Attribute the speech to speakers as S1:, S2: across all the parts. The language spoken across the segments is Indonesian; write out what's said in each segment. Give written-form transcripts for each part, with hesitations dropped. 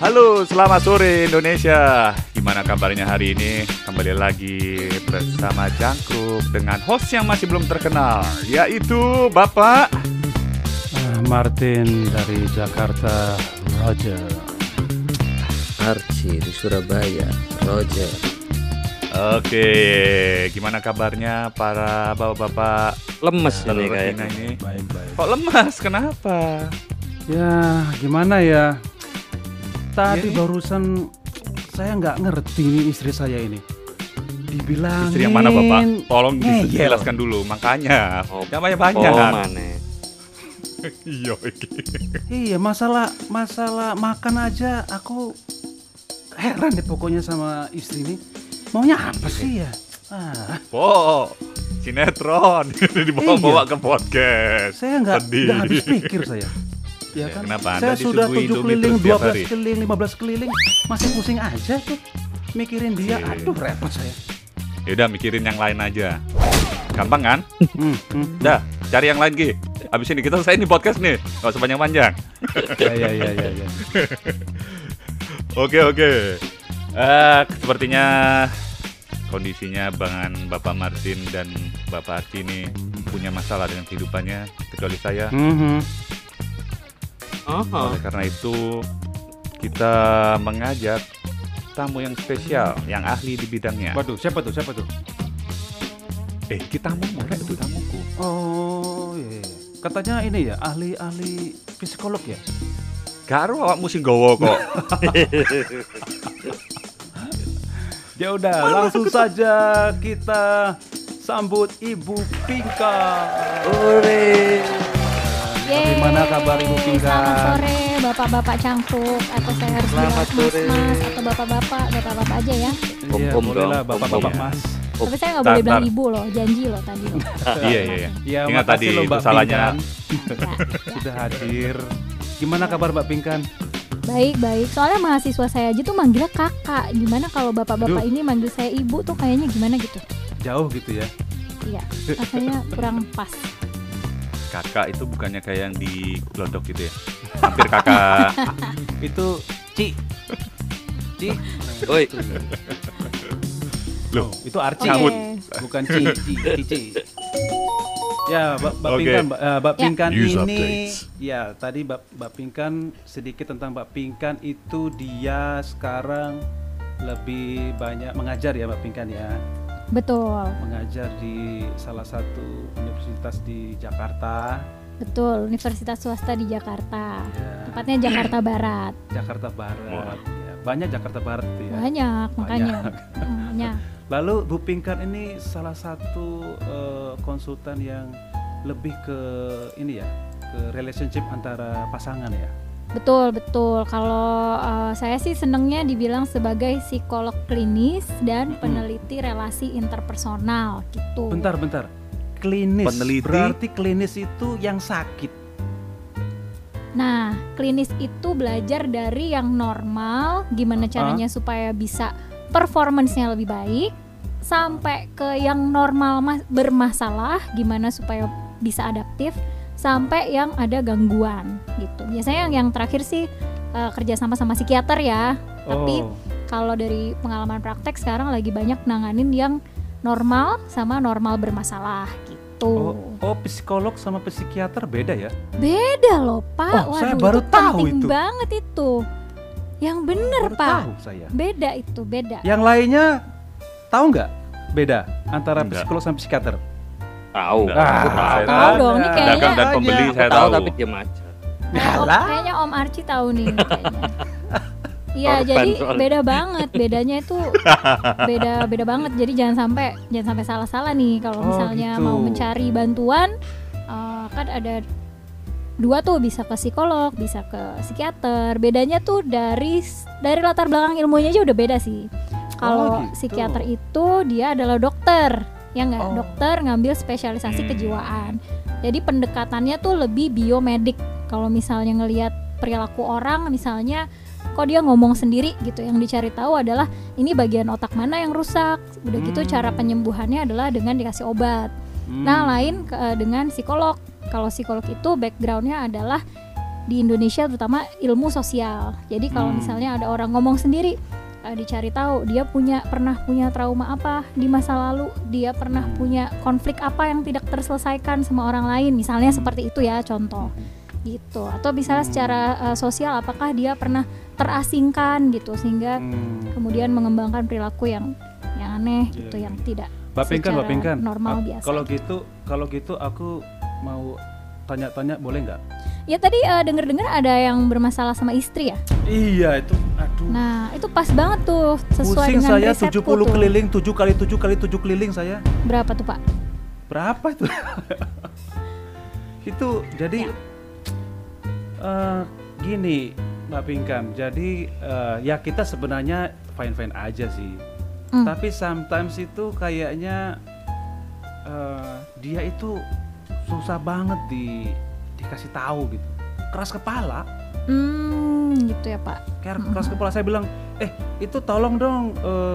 S1: Halo, selamat sore Indonesia. Gimana kabarnya hari ini? Kembali lagi bersama Jangkrik dengan host yang masih belum terkenal, yaitu Bapak
S2: Martin dari Jakarta, Roger.
S3: Archie di Surabaya, Roger.
S1: Oke, gimana kabarnya para bapak-bapak?
S3: Lemes
S1: Halo,
S3: ini kayaknya.
S1: ini.
S2: Baik.
S1: Kok lemas? Kenapa?
S2: Ya, gimana ya?
S1: Iya,
S2: Tadi barusan saya nggak ngerti nih istri saya ini. Dibilangin
S1: Istri yang mana Bapak? Tolong
S2: ngeyel.
S1: dijelaskan dulu. Makanya,
S3: Oh,
S1: namanya banyak.
S3: Oh, mana?
S1: Iya,
S2: Iya, masalah makan aja aku heran deh pokoknya sama istri ini. Maunya apa sih ya?
S1: Sinetron dibawa-bawa ke podcast.
S2: Saya nggak
S1: Sedih.
S2: habis pikir saya. Ya kan?
S1: Kenapa?
S2: Saya
S1: Anda
S2: sudah
S1: disuguhi
S2: 7
S1: Indomie
S2: keliling,
S1: terus tiap
S2: 12
S1: hari?
S2: keliling, 15 keliling, masih pusing aja tuh. Mikirin dia,
S1: Oke.
S2: aduh repot saya.
S1: Yaudah, mikirin yang lain aja. Gampang kan? Dah, cari yang lain Ki. Abis ini kita selesai nih podcast nih. Gak usah panjang-panjang.
S2: Ya.
S1: Oke. Sepertinya kondisinya Bapak Martin dan Bapak Archie ini punya masalah dengan kehidupannya, kecuali saya. Oleh karena itu, kita mengajak tamu yang spesial, yang ahli di bidangnya.
S2: Waduh, siapa tuh?
S1: Kita tamu itu tamuku.
S2: Oh, iya. Katanya ini ya, ahli psikolog ya?
S1: Karo awakmu sing gowo kok.
S2: Ya udah, langsung saja kita sambut Ibu Pinka.
S3: Ore.
S2: Bagaimana kabar Ibu Pinka?
S4: Selamat sore Bapak-bapak Cangkruk. Atau saya harus
S3: Selamat
S4: bilang
S3: sore.
S4: mas atau bapak-bapak aja ya.
S2: Iya,
S3: Om
S2: boleh lah
S3: dong,
S2: bapak-bapak
S1: om.
S2: mas.
S4: Tapi saya nggak
S1: Tar,
S4: boleh bilang
S1: tar.
S4: ibu loh, janji loh tadi loh.
S1: Iya.
S2: Ya,
S1: Ingat
S2: makasih
S1: tadi
S2: loh,
S1: itu
S2: Mbak
S1: salahnya.
S2: Pinkan. Sudah hadir. Gimana kabar Mbak Pinkan?
S4: Baik. Soalnya mahasiswa saya aja tuh manggilnya kakak. Gimana kalau bapak-bapak
S2: Aduh.
S4: ini manggil saya ibu tuh kayaknya gimana gitu?
S2: Jauh gitu ya?
S4: Iya, rasanya kurang pas.
S1: Kakak itu bukannya kayak yang di Glodok gitu ya? Hampir kakak.
S2: Itu Ci.
S3: Oi,
S1: Loh,
S2: Itu Arci.
S4: Oke.
S1: Nyambut.
S2: Bukan Cici. Ya, Mbak
S1: Oke.
S2: Pinkan, Mbak
S4: Ya.
S2: Pinkan
S1: News
S2: ini,
S1: updates.
S2: ya tadi Mbak Pinkan sedikit tentang Mbak Pinkan itu dia sekarang lebih banyak mengajar ya Mbak Pinkan ya,
S4: Betul.
S2: mengajar di salah satu universitas di Jakarta,
S4: Universitas swasta di Jakarta.
S2: ya,
S4: Tepatnya Jakarta Barat.
S2: Jakarta Barat.
S1: Wah.
S2: Ya, banyak Jakarta Barat tuh ya.
S4: Banyak, makanya. Banyak.
S2: Lalu Bu Pinkan ini salah satu konsultan yang lebih ke ini ya, ke relationship antara pasangan ya.
S4: Betul. Kalau saya sih senengnya dibilang sebagai psikolog klinis dan peneliti relasi interpersonal gitu.
S2: Bentar. Klinis.
S1: Peneliti?
S2: Berarti klinis itu yang sakit.
S4: Nah, klinis itu belajar dari yang normal, gimana caranya supaya bisa performance-nya lebih baik, sampai ke yang normal bermasalah, gimana supaya bisa adaptif, sampai yang ada gangguan gitu. Biasanya yang terakhir sih kerja sama psikiater ya. Tapi kalau dari pengalaman praktek sekarang lagi banyak nanganin yang normal sama normal bermasalah gitu.
S2: Psikolog sama psikiater beda ya?
S4: Beda loh Pak.
S2: Oh, saya baru
S4: itu
S2: tahu
S4: penting
S2: itu.
S4: banget itu. Yang bener
S2: Baru
S4: Pak.
S2: tahu saya.
S4: Beda itu, beda.
S2: Yang lainnya tahu nggak beda antara
S1: Enggak.
S2: psikolog sama psikiater?
S3: tahu.
S1: Enggak.
S3: Aku
S1: Saya
S3: tahu.
S4: Tahu dong, ini kayaknya.
S1: Pedagang dan pembeli saya
S3: Tahu
S1: tahu.
S3: tapi diam aja.
S4: Kayaknya Om Archie tahu nih kayaknya. Iya,
S3: Korban
S4: jadi
S3: soalnya.
S4: beda banget. Bedanya itu beda banget. Jadi jangan sampai salah-salah nih kalau misalnya
S2: gitu.
S4: mau mencari bantuan kan ada dua tuh, bisa ke psikolog, bisa ke psikiater. Bedanya tuh dari latar belakang ilmunya aja udah beda sih. Kalau
S2: gitu.
S4: psikiater itu dia adalah dokter, ya nggak?
S2: Oh.
S4: Dokter ngambil spesialisasi kejiwaan. Jadi pendekatannya tuh lebih biomedik. Kalau misalnya ngelihat perilaku orang, misalnya kok dia ngomong sendiri gitu, yang dicari tahu adalah ini bagian otak mana yang rusak. Udah gitu cara penyembuhannya adalah dengan dikasih obat. Nah, lain dengan psikolog. Kalau psikolog itu backgroundnya adalah di Indonesia terutama ilmu sosial. Jadi kalau misalnya ada orang ngomong sendiri, dicari tahu dia pernah punya trauma apa di masa lalu, dia pernah punya konflik apa yang tidak terselesaikan sama orang lain, misalnya seperti itu ya contoh gitu. Atau misalnya secara sosial apakah dia pernah terasingkan gitu sehingga kemudian mengembangkan perilaku yang aneh gitu, yang tidak secara normal biasa.
S2: Kalau gitu aku mau tanya-tanya boleh nggak?
S4: Ya tadi denger-dengar ada yang bermasalah sama istri ya?
S2: Iya itu, aduh.
S4: Nah itu pas banget tuh sesuai
S2: pusing
S4: dengan
S2: saya,
S4: risetku
S2: 70
S4: tuh.
S2: keliling, 7 kali 7 kali 7 keliling saya.
S4: Berapa tuh Pak?
S2: Berapa itu? Itu jadi gini Mbak Pinkan, jadi ya kita sebenarnya fine-fine aja sih. Tapi sometimes itu kayaknya dia itu susah banget dikasih tahu gitu, keras kepala.
S4: Gitu ya Pak.
S2: Keras kepala, saya bilang, itu tolong dong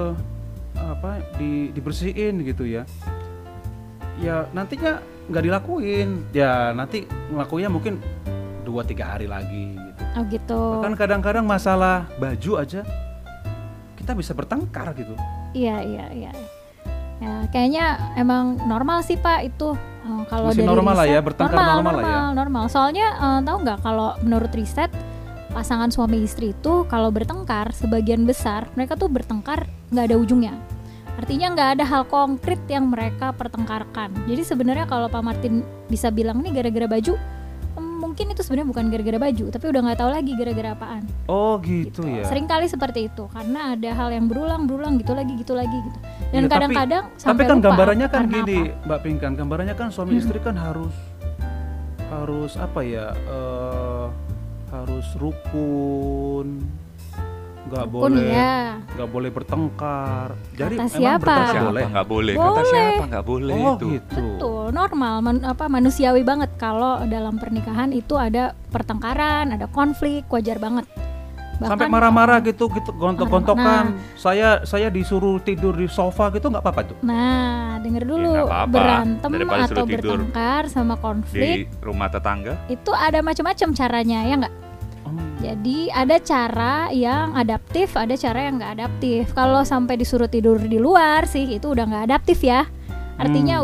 S2: dibersihin gitu ya. Ya nantinya nggak dilakuin, ya nanti ngelakuinnya mungkin 2-3 hari lagi gitu.
S4: Oh gitu.
S2: Bahkan kadang-kadang masalah baju aja kita bisa bertengkar gitu.
S4: Iya. Ya kayaknya emang normal sih Pak itu. Kalau
S2: masih
S4: dari
S2: normal
S4: riset,
S2: lah ya, bertengkar normal lah ya.
S4: Normal. Soalnya tahu nggak kalau menurut riset pasangan suami istri itu kalau bertengkar sebagian besar mereka tuh bertengkar nggak ada ujungnya. Artinya nggak ada hal konkret yang mereka pertengkarkan. Jadi sebenarnya kalau Pak Martin bisa bilang nih gara-gara baju, mungkin itu sebenarnya bukan gara-gara baju, tapi udah nggak tahu lagi gara-gara apaan.
S2: Oh gitu ya.
S4: Seringkali seperti itu karena ada hal yang berulang gitu lagi gitu. Dan
S2: ya,
S4: kadang-kadang
S2: tapi
S4: sampai
S2: kan
S4: lupa
S2: gambarannya kan
S4: karena
S2: gini,
S4: apa?
S2: Mbak Pinkan, gambarannya kan suami istri kan harus apa ya? Harus rukun, nggak boleh bertengkar. Jadi
S4: Kata
S2: emang
S4: siapa?
S2: bertengkar
S1: Siapa
S2: boleh?
S1: nggak boleh? Kata
S4: Boleh.
S1: siapa nggak boleh
S2: Oh
S1: itu?
S2: gitu.
S4: Betul, normal, manusiawi banget kalau dalam pernikahan itu ada pertengkaran, ada konflik, wajar banget.
S2: Sampai marah-marah gitu gontok-gontokan. Saya disuruh tidur di sofa gitu nggak apa-apa tuh.
S4: Nah, denger dulu,
S1: nggak apa-apa.
S4: berantem
S1: Daripada
S4: atau
S1: suruh tidur
S4: bertengkar sama
S1: Di
S4: konflik
S1: rumah tetangga?
S4: itu ada macam-macam caranya ya nggak? Jadi ada cara yang adaptif, ada cara yang nggak adaptif. Kalau sampai disuruh tidur di luar sih itu udah nggak adaptif ya. Artinya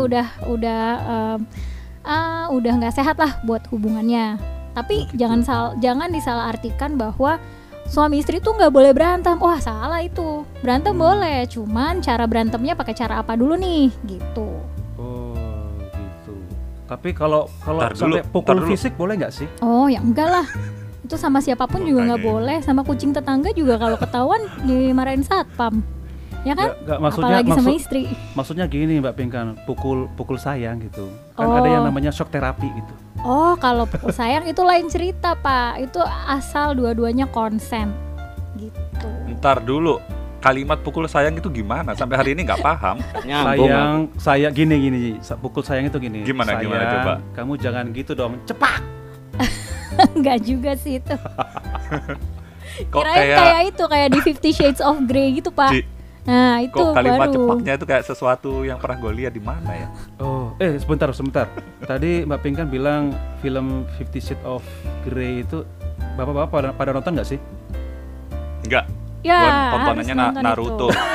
S4: udah nggak sehat lah buat hubungannya. Tapi jangan disalahartikan bahwa suami istri tuh nggak boleh berantem. Wah salah itu. Berantem boleh, cuman cara berantemnya pakai cara apa dulu nih gitu.
S2: Oh gitu. Tapi kalau
S1: Ntar
S2: sampai
S1: dulu,
S2: pukul
S1: ntar dulu.
S2: fisik boleh nggak sih?
S4: Oh ya enggak lah. Itu sama siapapun juga nggak boleh. Sama kucing tetangga juga kalau ketahuan dimarahin satpam. Ya kan?
S2: Nggak,
S4: Apalagi sama istri.
S2: Maksudnya gini Mbak Pinkan, pukul sayang gitu. Kan ada yang namanya shock terapi gitu.
S4: Oh, kalau pukul sayang itu lain cerita, Pak. Itu asal dua-duanya konsen. Gitu.
S1: Ntar dulu, kalimat pukul sayang itu gimana? Sampai hari ini nggak paham.
S2: Sayang gini. Pukul sayang itu gini.
S1: Gimana coba?
S2: Kamu jangan gitu dong. Cepak.
S4: Enggak juga sih itu.
S1: Kok
S4: Kirain kayak itu, kayak di 50 Shades of Grey gitu, Pak. Nah, itu
S1: kok kalimat
S4: baru.
S1: cepaknya itu kayak sesuatu yang pernah gue lihat di mana ya?
S2: Oh, sebentar. Tadi Mbak Pinkan bilang film 50 Shades of Grey itu bapak-bapak pada nonton nggak sih?
S1: Enggak.
S4: Ya,
S1: Gua
S4: harus
S1: tontonannya
S4: nonton
S1: Naruto.
S4: itu.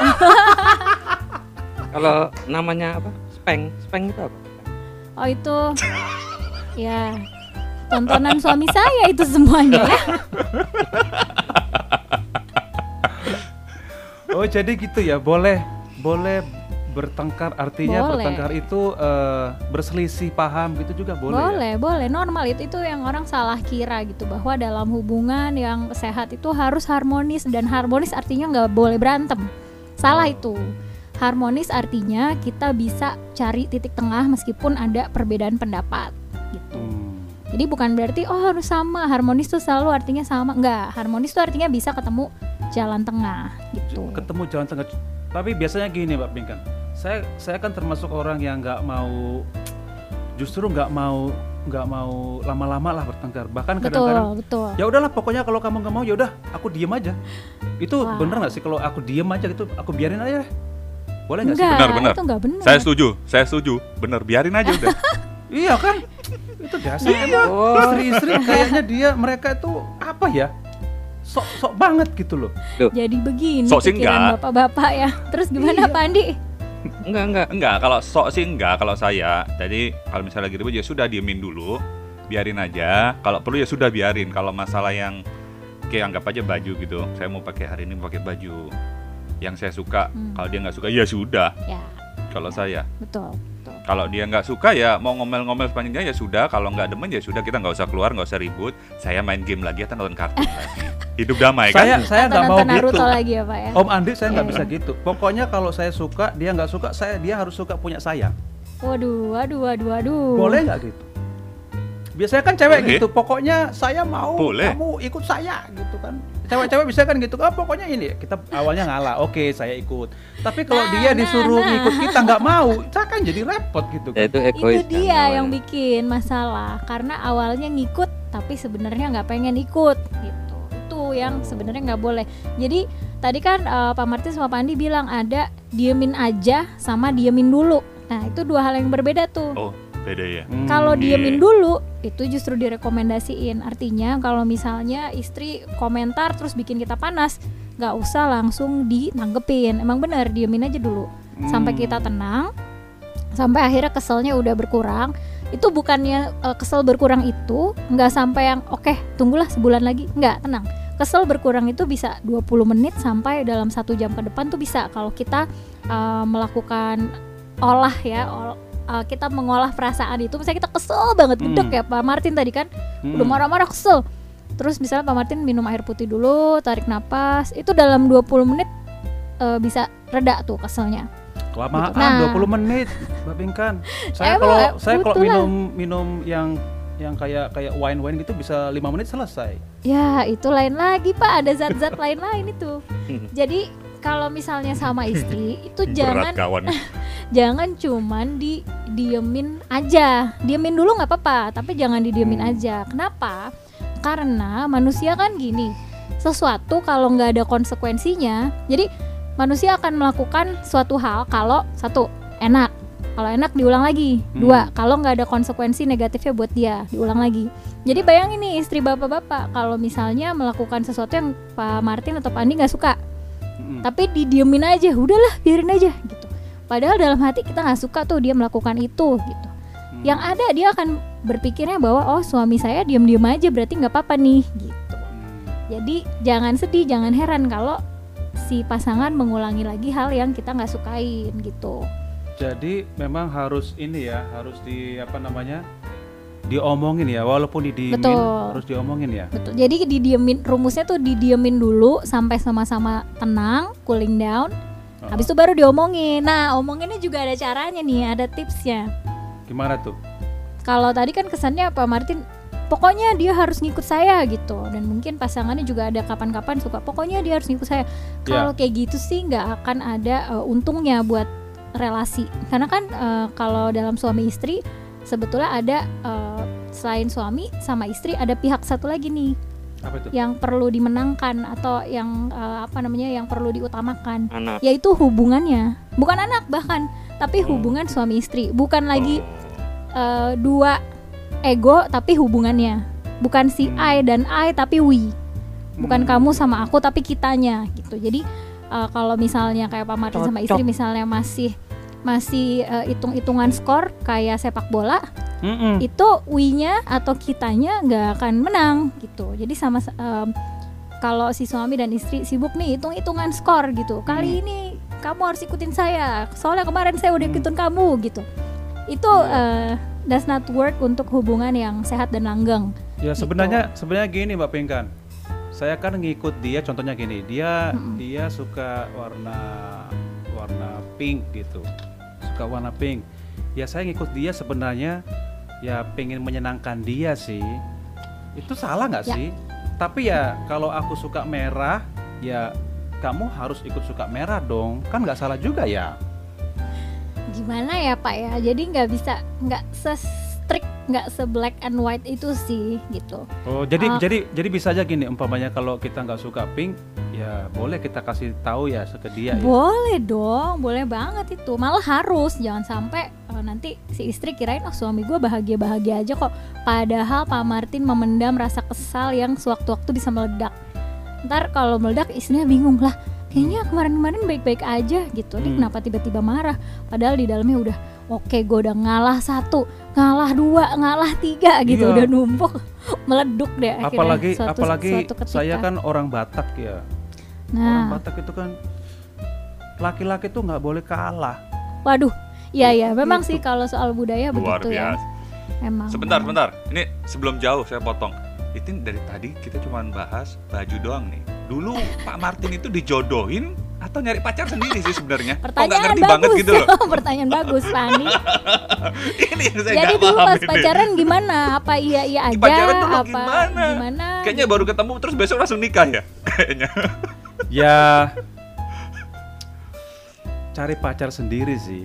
S3: Kalau namanya apa? Speng itu apa?
S4: Oh, itu ya tontonan suami saya itu semuanya ya.
S2: Oh, jadi gitu ya. Boleh bertengkar, artinya
S4: Boleh.
S2: bertengkar itu berselisih paham gitu juga boleh.
S4: Boleh, normal itu yang orang salah kira gitu, bahwa dalam hubungan yang sehat itu harus harmonis, dan harmonis artinya nggak boleh berantem. Salah itu. Harmonis artinya kita bisa cari titik tengah meskipun ada perbedaan pendapat gitu. Jadi bukan berarti harus sama. Harmonis tuh selalu artinya sama. Enggak, harmonis tuh artinya bisa ketemu jalan tengah gitu.
S2: Ketemu jalan tengah. Tapi biasanya gini Mbak Pinkan, saya kan termasuk orang yang nggak mau lama-lama lah bertengkar. Bahkan kadang-kadang
S4: Betul.
S2: ya udahlah, pokoknya kalau kamu nggak mau ya udah aku diem aja. Itu bener nggak sih kalau aku diem aja gitu, aku biarin aja? Boleh nggak sih?
S1: Benar.
S4: Itu nggak benar.
S1: Saya setuju. Bener, biarin aja udah.
S2: Iya kan? Itu dasar emang istri-istri kayaknya mereka itu apa ya? Sok banget gitu loh.
S4: Jadi begini
S1: Sok sih
S4: pikiran
S1: enggak.
S4: bapak-bapak ya. Terus gimana Pak Andi?
S1: Enggak, kalau sok sih enggak kalau saya. Jadi kalau misalnya lagi ribut ya sudah diemin dulu, biarin aja. Kalau perlu ya sudah biarin. Kalau masalah yang kayak anggap aja baju gitu, saya mau pakai hari ini pakai baju yang saya suka. Kalau dia nggak suka ya sudah.
S4: Ya,
S1: Kalau saya,
S4: betul.
S1: kalau dia nggak suka ya mau ngomel-ngomel sepanjangnya ya sudah. Kalau nggak demen ya sudah, kita nggak usah keluar, nggak usah ribut. Saya main game lagi atau nonton kartun lagi. Hidup damai kan?
S2: Saya nggak mau
S4: Nonton Naruto
S2: gitu.
S4: lagi ya Pak ya.
S2: Om Andi saya nggak bisa gitu. Pokoknya kalau saya suka, dia nggak suka, dia harus suka punya saya.
S4: Waduh.
S2: Boleh nggak gitu? Biasanya kan cewek
S1: Boleh.
S2: gitu. Pokoknya saya mau,
S1: Boleh.
S2: kamu ikut saya gitu kan. Cewek-cewek bisa kan gitu. Pokoknya ini kita awalnya ngalah. Oke, saya ikut. Tapi kalau dia disuruh ngikut kita nggak mau, saya kan jadi repot gitu
S3: Ya
S2: kan.
S3: itu egois.
S4: Itu dia yang bikin masalah karena awalnya ngikut tapi sebenarnya nggak pengen ikut gitu. Itu yang sebenarnya nggak boleh. Jadi tadi kan Pak Martin sama Pak Andi bilang ada diemin aja sama diemin dulu. Nah itu dua hal yang berbeda tuh.
S1: Oh, beda ya.
S4: Kalau
S1: Iya.
S4: diemin dulu itu justru direkomendasiin. Artinya kalau misalnya istri komentar terus bikin kita panas, nggak usah langsung dinanggepin. Emang bener diemin aja dulu sampai kita tenang, sampai akhirnya keselnya udah berkurang. Itu bukannya kesel berkurang itu nggak sampai yang oke, tunggulah sebulan lagi. Nggak, tenang. Kesel berkurang itu bisa 20 menit sampai dalam 1 jam ke depan tuh bisa kalau kita melakukan olah ya, kita mengolah perasaan itu. Misalnya kita kesel banget, gedek ya Pak Martin tadi kan udah marah-marah kesel. Terus misalnya Pak Martin minum air putih dulu, tarik napas, itu dalam 20 menit bisa reda tuh keselnya.
S2: Kelamaan
S4: Nah.
S2: 20 menit, Mbak Pinkan. Saya
S4: Emang,
S2: kalau
S4: betul lah.
S2: minum yang kayak wine gitu bisa 5 menit selesai.
S4: Ya itu lain lagi Pak, ada zat-zat lain itu. Jadi kalau misalnya sama istri itu
S1: Berat kawan.
S4: jangan cuman diemin aja. Diemin dulu nggak apa-apa, tapi jangan didiemin aja. Kenapa? Karena manusia kan gini, sesuatu kalau nggak ada konsekuensinya, jadi manusia akan melakukan suatu hal kalau satu enak, kalau enak diulang lagi. Dua, kalau nggak ada konsekuensi negatifnya buat dia, diulang lagi. Jadi bayangin nih istri bapak-bapak kalau misalnya melakukan sesuatu yang Pak Martin atau Pak Andi nggak suka, tapi didiemin aja, udahlah biarin aja gitu. Padahal dalam hati kita nggak suka tuh dia melakukan itu gitu. Yang ada dia akan berpikirnya bahwa oh suami saya diem-diem aja berarti nggak apa-apa nih gitu. Jadi jangan sedih, jangan heran kalau si pasangan mengulangi lagi hal yang kita nggak sukain gitu.
S2: Jadi memang harus ini ya, harus diomongin ya, walaupun didiemin
S4: Betul.
S2: harus diomongin ya.
S4: Betul. Jadi didiemin, rumusnya tuh didiemin dulu sampai sama-sama tenang, cooling down. Habis itu baru diomongin. Nah, omonginnya juga ada caranya nih, ada tipsnya.
S2: Gimana tuh?
S4: Kalau tadi kan kesannya Pak Martin, pokoknya dia harus ngikut saya gitu. Dan mungkin pasangannya juga ada kapan-kapan suka, pokoknya dia harus ngikut saya. Kalau kayak gitu sih nggak akan ada untungnya buat relasi. Karena kan kalau dalam suami istri sebetulnya ada selain suami sama istri ada pihak satu lagi nih
S2: Apa itu?
S4: yang perlu dimenangkan atau yang yang perlu diutamakan,
S3: Anak.
S4: yaitu hubungannya, bukan anak bahkan, tapi hubungan suami istri, bukan lagi dua ego tapi hubungannya, bukan si I dan I tapi we, bukan kamu sama aku tapi kitanya gitu. Jadi kalau misalnya kayak Pak Martin sama istri misalnya masih hitung-hitungan skor kayak sepak bola, itu we-nya atau kitanya nggak akan menang gitu. Jadi sama kalau si suami dan istri sibuk nih hitung-hitungan skor gitu, kali ini kamu harus ikutin saya soalnya kemarin saya udah ikutin kamu gitu, itu does not work untuk hubungan yang sehat dan langgeng.
S2: Ya sebenarnya gini Mbak Pinkan, saya kan ngikut dia, contohnya gini, dia suka warna pink gitu, suka warna pink. Ya saya ngikut dia sebenarnya ya pengen menyenangkan dia sih. Itu salah nggak sih? Tapi ya kalau aku suka merah, ya kamu harus ikut suka merah dong, kan nggak salah juga ya.
S4: Gimana ya Pak ya, jadi nggak se-strict, nggak se-black and white itu sih gitu.
S2: Oh jadi bisa aja gini, umpamanya kalau kita nggak suka pink, Ya boleh kita kasih tahu ya ke dia ya.
S4: Boleh dong, boleh banget itu. Malah harus, jangan sampai nanti si istri kirain suami gue bahagia-bahagia aja kok. Padahal Pak Martin memendam rasa kesal yang sewaktu-waktu bisa meledak. Ntar kalau meledak istrinya bingung lah. Kayaknya kemarin-kemarin baik-baik aja gitu. Nih kenapa tiba-tiba marah? Padahal di dalamnya udah oke, gue udah ngalah 1, ngalah 2, ngalah 3 gitu.
S2: Iya.
S4: Udah numpuk, meleduk deh akhirnya.
S2: Apalagi
S4: suatu ketika.
S2: saya kan orang Batak ya. Orang
S4: Nah,
S2: Batak itu kan laki-laki tuh nggak boleh kalah.
S4: waduh, iya memang
S2: Gitu.
S4: sih kalau soal budaya
S1: Luar
S4: begitu ya.
S1: biasa.
S4: Emang.
S1: Sebentar. Ini sebelum jauh saya potong. Itu dari tadi kita cuma bahas baju doang nih. Dulu Pak Martin itu dijodohin atau nyari pacar sendiri sih sebenarnya? Kok nggak
S4: Pertanyaan
S1: ngerti
S4: bagus,
S1: banget gitu loh.
S4: Pertanyaan bagus, Fani.
S1: Ini yang saya
S4: Jadi
S1: nggak
S4: dulu
S1: paham
S4: pas
S1: ini.
S4: pacaran gimana? Apa iya aja?
S1: Pacaran dulu
S4: apa
S1: gimana? Kayaknya baru ketemu terus besok langsung nikah ya? Kayaknya.
S2: Ya cari pacar sendiri sih.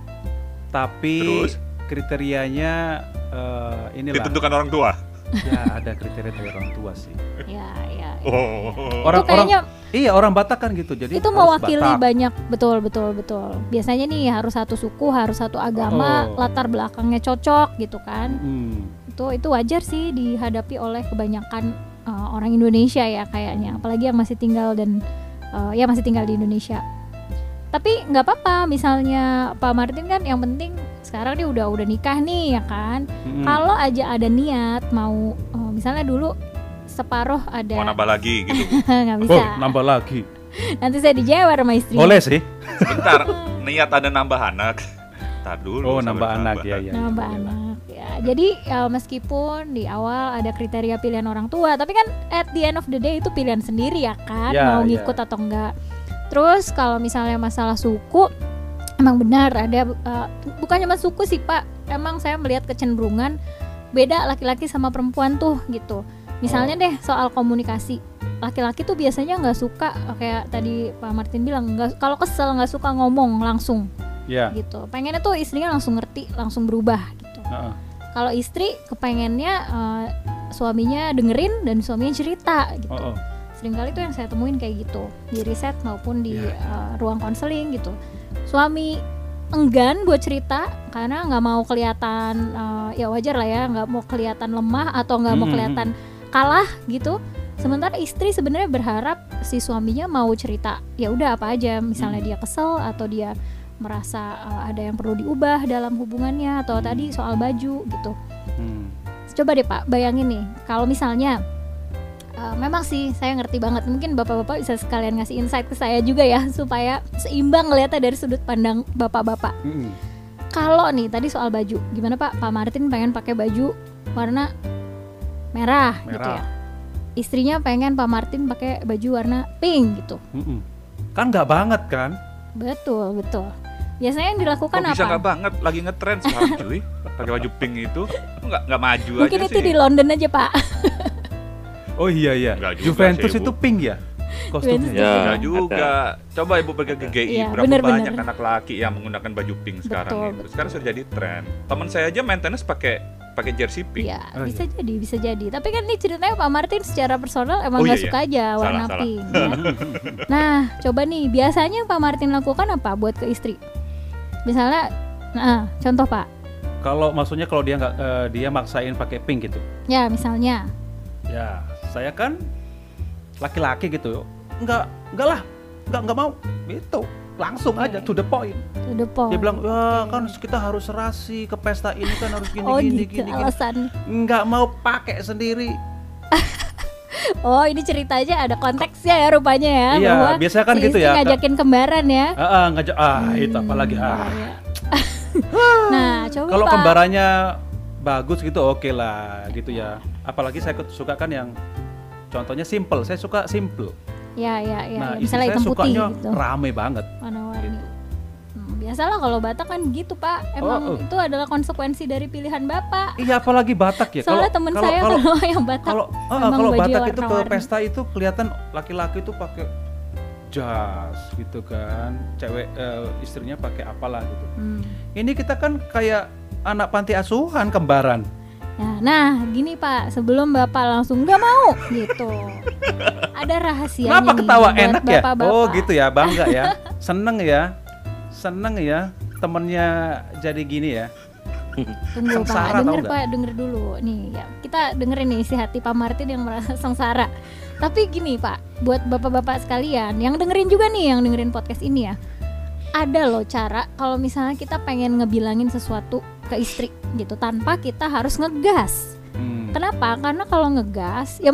S2: Tapi
S1: Terus?
S2: kriterianya inilah.
S1: Ditentukan orang tua.
S2: Ya ada kriteria dari orang tua sih.
S4: Ya.
S1: Oh.
S2: Orang Batak kan gitu. Jadi
S4: Itu
S2: harus
S4: mewakili
S2: Batak.
S4: banyak, betul. Biasanya nih harus satu suku, harus satu agama,
S2: Oh.
S4: latar belakangnya cocok gitu kan.
S2: Hmm.
S4: Itu wajar sih dihadapi oleh kebanyakan orang Indonesia ya kayaknya, apalagi yang masih tinggal masih tinggal di Indonesia. Tapi nggak apa-apa, misalnya Pak Martin kan yang penting sekarang dia udah nikah nih ya kan.
S2: Mm-mm.
S4: Kalau aja ada niat mau misalnya dulu separuh ada
S1: Mau nambah lagi gitu.
S4: nggak
S2: Oh,
S4: bisa.
S2: nambah lagi.
S4: Nanti saya dijewer sama istri.
S2: Boleh sih.
S1: Sebentar, niat ada nambah anak. Tar dulu.
S2: Oh,
S1: sampai
S2: nambah anak ya.
S4: Nambah anak ya. Jadi meskipun di awal ada kriteria pilihan orang tua, tapi kan at the end of the day itu pilihan sendiri ya kan,
S2: Ya,
S4: mau
S2: ya.
S4: ngikut atau enggak. Terus kalau misalnya masalah suku, emang benar ada bukan cuma suku sih Pak, emang saya melihat kecenderungan beda laki-laki sama perempuan tuh gitu. Misalnya deh soal komunikasi, laki-laki tuh biasanya nggak suka kayak tadi Pak Martin bilang, kalau kesel nggak suka ngomong langsung
S2: Ya.
S4: gitu. Pengennya tuh istrinya langsung ngerti, langsung berubah gitu.
S2: Heeh.
S4: Kalau istri kepengennya suaminya dengerin dan suaminya cerita gitu.
S2: Oh.
S4: Seringkali tuh yang saya temuin kayak gitu di riset maupun di ruang konseling gitu. Suami enggan buat cerita karena nggak mau kelihatan ya wajar lah ya, nggak mau kelihatan lemah atau nggak mau kelihatan kalah gitu. Sementara istri sebenarnya berharap si suaminya mau cerita. Ya udah apa aja, misalnya dia kesel atau dia merasa ada yang perlu diubah dalam hubungannya atau tadi soal baju gitu. Coba deh Pak, bayangin nih kalau misalnya memang sih saya ngerti banget, mungkin bapak-bapak bisa sekalian ngasih insight ke saya juga ya supaya seimbang ngeliatnya dari sudut pandang bapak-bapak. Kalau nih tadi soal baju, gimana Pak? Pak Martin pengen pakai baju warna merah gitu ya. Istrinya pengen Pak Martin pakai baju warna pink gitu.
S2: Kan nggak banget kan?
S4: Betul. Biasanya yang dilakukan
S1: Kok bisa
S4: apa?
S1: nggak banget, lagi ngetren sekarang cuy. Pakai baju pink itu nggak maju
S4: Mungkin
S1: aja
S4: itu
S1: sih.
S4: di London aja Pak.
S2: Oh iya.
S1: Nggak juga
S2: Juventus
S1: sih,
S2: itu
S1: Bu.
S2: pink ya? Kostumnya.
S4: Juventus
S3: Ya.
S1: Nggak juga. Coba ibu pergi ke GI,
S4: Iya,
S1: berapa
S4: bener-bener.
S1: banyak anak laki yang menggunakan baju pink sekarang
S4: Betul,
S1: itu.
S4: betul.
S1: Sekarang sudah jadi tren. Teman saya aja maintenance pakai jersey pink.
S4: Iya,
S2: Oh,
S4: bisa jadi. Tapi kan ini ceritanya Pak Martin secara personal emang
S1: Oh,
S4: nggak
S1: iya,
S4: suka aja warna
S1: Salah.
S4: pink. Ya. Nah, coba nih biasanya yang Pak Martin lakukan apa buat ke istri? Misalnya, contoh Pak.
S2: Kalau maksudnya kalau dia nggak dia maksain pakai pink gitu.
S4: Ya misalnya,
S2: Ya, saya kan laki-laki gitu. Enggak lah. Enggak mau. Itu langsung aja to the point.
S4: to the point.
S2: Dia bilang, "Ya, kan kita harus serasi ke pesta ini kan harus gini
S4: Oh
S2: gini
S4: gitu
S2: gini."
S4: alasan.
S2: Enggak mau pakai sendiri.
S4: Oh ini cerita aja ada konteksnya ya rupanya ya.
S2: Iya,
S4: bahwa
S2: biasanya kan
S4: si
S2: gitu
S4: istri
S2: ya,
S4: ngajakin kembaran ya.
S2: Ngajak itu apalagi
S4: Iya. Nah coba
S2: Kalau
S4: Pak.
S2: kembarannya bagus gitu oke lah gitu ya. Apalagi saya suka kan yang contohnya simple. Saya suka simple.
S4: Ya.
S2: Nah, istri
S4: Misalnya
S2: saya
S4: hitam putih
S2: sukanya
S4: gitu.
S2: rame banget.
S4: Warna-warni. Biasalah kalau Batak kan gitu Pak. Emang itu adalah konsekuensi dari pilihan Bapak.
S2: Iya, apalagi Batak ya.
S4: Soalnya temen saya kalau yang Batak
S2: kalau
S4: memang
S2: kalau
S4: baju
S2: Batak itu ke
S4: warna-warni.
S2: pesta itu kelihatan laki-laki itu pakai jas gitu kan. Cewek istrinya pakai apalah gitu. Ini kita kan kayak anak panti asuhan kembaran.
S4: Nah, gini Pak, sebelum Bapak langsung nggak mau gitu, ada rahasianya
S2: Kenapa
S4: nih
S2: ketawa
S4: buat
S2: enak ya?
S4: bapak-bapak.
S2: Oh gitu ya, bangga ya. Seneng ya temennya jadi gini ya.
S4: Tunggu
S2: Sengsara,
S4: Pak,
S2: tau nggak?
S4: denger dulu nih ya. Kita dengerin nih isi hati Pak Martin yang merasa sengsara. Tapi gini Pak, buat bapak-bapak sekalian yang dengerin juga nih, yang dengerin podcast ini ya. Ada loh cara kalau misalnya kita pengen ngebilangin sesuatu ke istri gitu tanpa kita harus ngegas. Kenapa? Karena kalau ngegas ya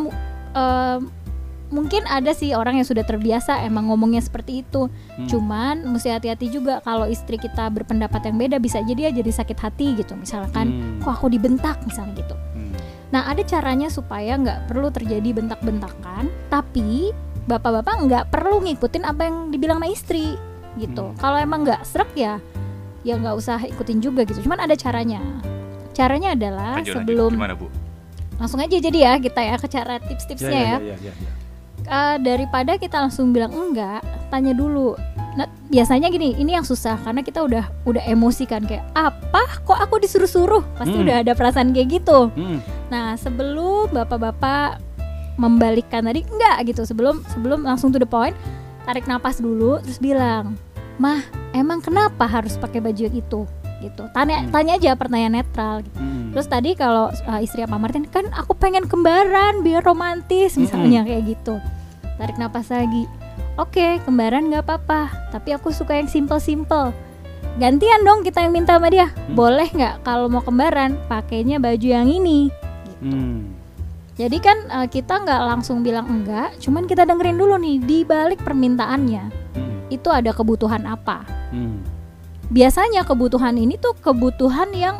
S4: mungkin ada sih orang yang sudah terbiasa emang ngomongnya seperti itu. Cuman mesti hati-hati juga kalau istri kita berpendapat yang beda, bisa jadi dia jadi sakit hati gitu. Misalkan kok aku dibentak misalnya gitu. Nah ada caranya supaya nggak perlu terjadi bentak-bentakan, tapi bapak-bapak nggak perlu ngikutin apa yang dibilang sama istri gitu. Kalau emang nggak srek ya nggak usah ikutin juga gitu. Cuman ada caranya. Caranya adalah
S1: Lanjut,
S4: sebelum
S1: gimana Bu?
S4: langsung aja jadi ya kita ya ke cara tips-tipsnya ya. Daripada kita langsung bilang enggak, tanya dulu. Nah, biasanya gini, ini yang susah karena kita udah emosi kan, kayak apa? Kok aku disuruh-suruh? Pasti udah ada perasaan kayak gitu. Nah, sebelum bapak-bapak membalikkan tadi enggak gitu, sebelum langsung to the point, tarik napas dulu terus bilang, "Mah, emang kenapa harus pakai baju itu?" gitu. Tanya aja pertanyaan netral gitu. Terus tadi kalau istri Pak Martin kan aku pengen kembaran biar romantis misalnya kayak gitu. Tarik napas lagi. Oke, kembaran nggak apa-apa, tapi aku suka yang simple-simple. Gantian dong kita yang minta sama dia. Boleh nggak kalau mau kembaran pakainya baju yang ini? Gitu. Jadi kan kita nggak langsung bilang enggak, cuman kita dengerin dulu nih di balik permintaannya itu ada kebutuhan apa. Biasanya kebutuhan ini tuh kebutuhan yang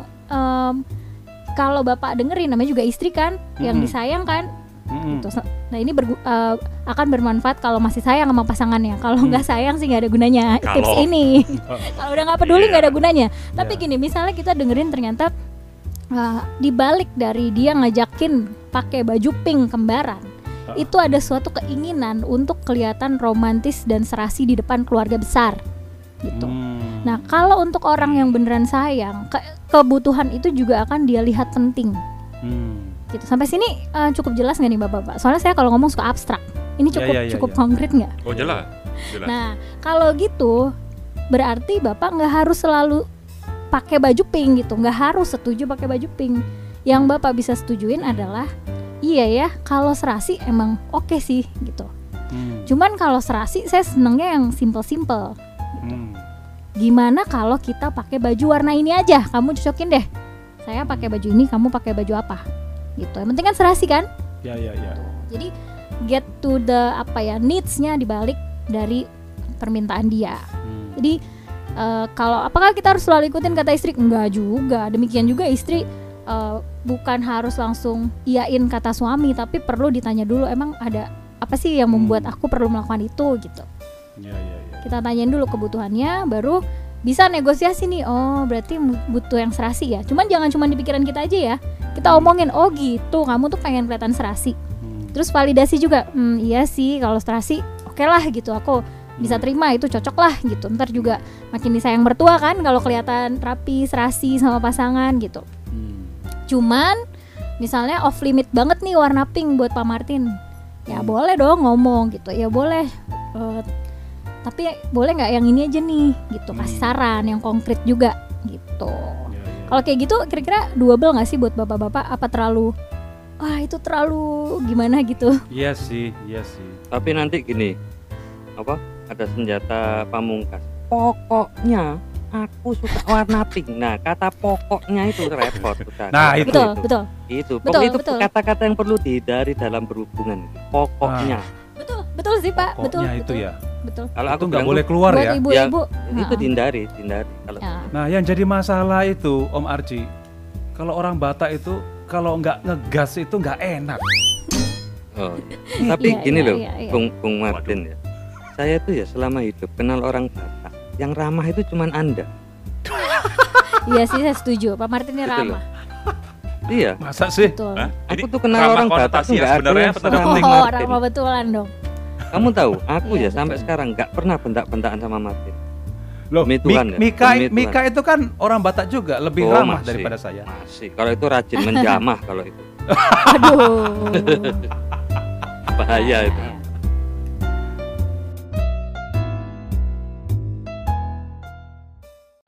S4: kalau bapak dengerin, namanya juga istri kan, yang disayang kan. Gitu. Nah ini akan bermanfaat kalau masih sayang sama pasangannya. Kalau nggak sayang sih nggak ada gunanya tips ini. Kalau udah nggak peduli nggak ada gunanya. Tapi gini, misalnya kita dengerin ternyata dibalik dari dia ngajakin pakai baju pink kembaran, itu ada suatu keinginan untuk kelihatan romantis dan serasi di depan keluarga besar gitu. Nah kalau untuk orang yang beneran sayang, kebutuhan itu juga akan dia lihat penting. Gitu. Sampai sini cukup jelas nggak nih bapak-bapak? Soalnya saya kalau ngomong suka abstrak. Ini cukup konkret nggak?
S1: Oh jelas.
S4: Nah kalau gitu berarti bapak nggak harus selalu pakai baju pink gitu, nggak harus setuju pakai baju pink. Yang bapak bisa setujuin adalah iya ya kalau serasi emang oke sih gitu. Cuman kalau serasi saya senengnya yang simple-simple. Gitu. Gimana kalau kita pakai baju warna ini aja? Kamu cocokin deh. Saya pakai baju ini, kamu pakai baju apa? Gitu. Yang penting kan serasi kan?
S2: Ya.
S4: Jadi get to the needs-nya dibalik dari permintaan dia. Jadi kalau apakah kita harus selalu ikutin kata istri? Enggak juga. Demikian juga istri bukan harus langsung iyain kata suami, tapi perlu ditanya dulu emang ada apa sih yang membuat aku perlu melakukan itu gitu.
S2: Ya.
S4: Kita tanyain dulu kebutuhannya, baru bisa negosiasi nih. Oh berarti butuh yang serasi ya. Cuman jangan cuma di pikiran kita aja ya. Kita omongin, oh gitu, kamu tuh pengen kelihatan serasi. Terus validasi juga, iya sih kalau serasi oke lah gitu, aku bisa terima, itu cocok lah gitu. Ntar juga makin disayang mertua kan kalau kelihatan rapi, serasi sama pasangan gitu. Cuman misalnya off limit banget nih warna pink buat Pak Martin, ya boleh dong ngomong gitu, ya boleh. Tapi boleh nggak yang ini aja nih gitu, kasih saran yang konkret juga gitu. Kalau kayak gitu kira-kira doable nggak sih buat bapak-bapak? Apa terlalu itu terlalu gimana gitu?
S2: Iya sih.
S3: Tapi nanti gini, ada senjata pamungkas. Pokoknya aku suka warna pink. Nah, kata pokoknya itu repot.
S2: Nah, itu.
S4: Betul.
S3: Pokoknya itu
S4: betul.
S3: kata-kata yang perlu dihindari dalam berhubungan. Pokoknya.
S4: Betul sih Pak.
S2: Pokoknya
S4: Betul.
S2: itu ya.
S4: Betul.
S3: Kalau
S2: Itu
S3: aku
S2: nggak
S3: bilang
S2: boleh
S3: tuh,
S2: keluar
S4: Buat
S2: ya.
S4: ibu-ibu.
S3: itu dihindari. Kalau
S4: Ya.
S2: Nah, yang jadi masalah itu Om Arji, kalau orang Batak itu kalau nggak ngegas itu nggak enak.
S3: Tapi
S4: Iya,
S3: gini
S4: iya,
S3: loh,
S4: iya.
S3: Bung Martin ya. Saya tuh ya selama hidup kenal orang Batak, yang ramah itu cuman Anda.
S4: Iya sih saya setuju. Pak Martin ini
S3: Betul.
S4: ramah.
S3: Iya.
S2: Masa sih?
S4: Betul.
S1: Hah?
S3: Aku
S1: Ini
S3: tuh kenal
S1: ramah
S3: orang Batak
S1: konotasi
S3: tuh
S1: yang
S3: nggak ada
S1: sebenarnya
S3: yang
S1: apa tanda
S3: seramah
S1: petik?
S3: Martin.
S4: Ramah betulan dong.
S3: Kamu tahu, aku
S4: Iya,
S3: ya sampai
S4: betul.
S3: sekarang nggak pernah bentak-bentakan sama Martin.
S2: Loh,
S3: Demi Tuhan, ya?
S2: Mika,
S3: Demi Tuhan.
S2: Mika itu kan orang Batak juga, lebih
S3: Oh,
S2: ramah
S3: masih.
S2: daripada saya.
S3: Masih. Kalau itu rajin menjamah kalau itu.
S4: Aduh.
S3: Bahaya itu.